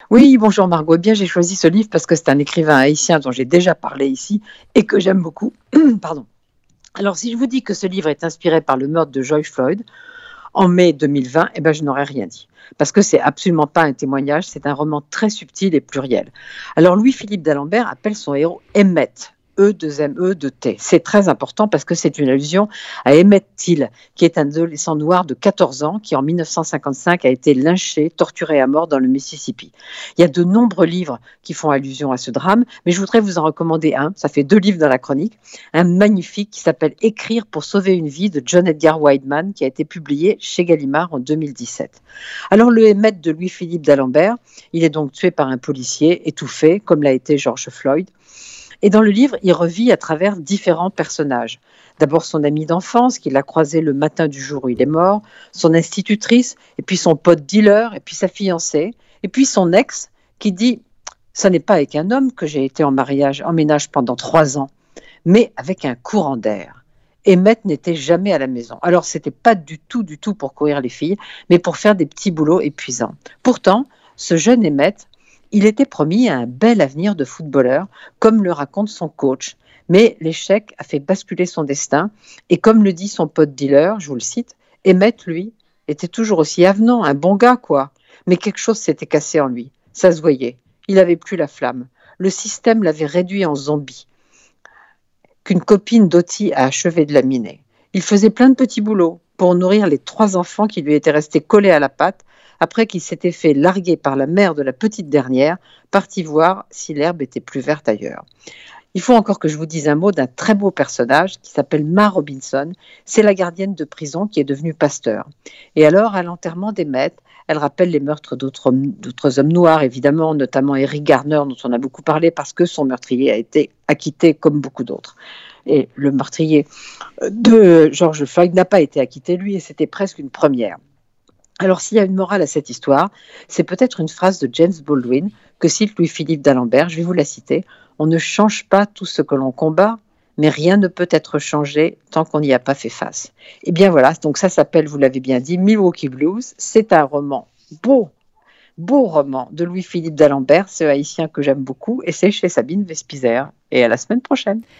Oui, bonjour Margot. Eh bien, j'ai choisi ce livre parce que c'est un écrivain haïtien dont j'ai déjà parlé ici et que j'aime beaucoup. Pardon. Alors, si je vous dis que ce livre est inspiré par le meurtre de George Floyd en mai 2020, eh ben, je n'aurais rien dit. Parce que c'est absolument pas un témoignage, c'est un roman très subtil et pluriel. Alors, Louis-Philippe d'Alembert appelle son héros Emmett. E2ME2T. C'est très important parce que c'est une allusion à Emmett Till, qui est un adolescent noir de 14 ans qui, en 1955, a été lynché, torturé à mort dans le Mississippi. Il y a de nombreux livres qui font allusion à ce drame, mais je voudrais vous en recommander un. Ça fait 2 livres dans la chronique. Un magnifique qui s'appelle Écrire pour sauver une vie de John Edgar Wideman, qui a été publié chez Gallimard en 2017. Alors, le Emmett de Louis-Philippe d'Alembert, il est donc tué par un policier, étouffé, comme l'a été George Floyd. Et dans le livre, il revit à travers différents personnages. D'abord son ami d'enfance, qu'il a croisé le matin du jour où il est mort, son institutrice, et puis son pote dealer, et puis sa fiancée, et puis son ex, qui dit « Ce n'est pas avec un homme que j'ai été en ménage pendant 3 ans, mais avec un courant d'air. » Emmett n'était jamais à la maison. Alors, c'était pas du tout pour courir les filles, mais pour faire des petits boulots épuisants. Pourtant, ce jeune Emmett, il était promis un bel avenir de footballeur, comme le raconte son coach. Mais l'échec a fait basculer son destin. Et comme le dit son pote dealer, je vous le cite, Emmett, lui, était toujours aussi avenant, un bon gars, quoi. Mais quelque chose s'était cassé en lui. Ça se voyait. Il n'avait plus la flamme. Le système l'avait réduit en zombie qu'une copine d'Oti a achevé de laminer. Il faisait plein de petits boulots pour nourrir les 3 enfants qui lui étaient restés collés à la patte après qu'il s'était fait larguer par la mère de la petite dernière, partie voir si l'herbe était plus verte ailleurs. Il faut encore que je vous dise un mot d'un très beau personnage qui s'appelle Ma Robinson. C'est la gardienne de prison qui est devenue pasteur. Et alors, à l'enterrement d'Emmett, elle rappelle les meurtres d'autres hommes noirs, évidemment, notamment Eric Garner, dont on a beaucoup parlé, parce que son meurtrier a été acquitté comme beaucoup d'autres. Et le meurtrier de George Floyd n'a pas été acquitté, lui, et c'était presque une première. Alors, s'il y a une morale à cette histoire, c'est peut-être une phrase de James Baldwin que cite Louis-Philippe d'Alembert, je vais vous la citer. On ne change pas tout ce que l'on combat, mais rien ne peut être changé tant qu'on n'y a pas fait face. Et bien voilà, donc ça s'appelle, vous l'avez bien dit, Milwaukee Blues. C'est un roman beau roman de Louis-Philippe d'Alembert, ce haïtien que j'aime beaucoup, et c'est chez Sabine Vespizer. Et à la semaine prochaine.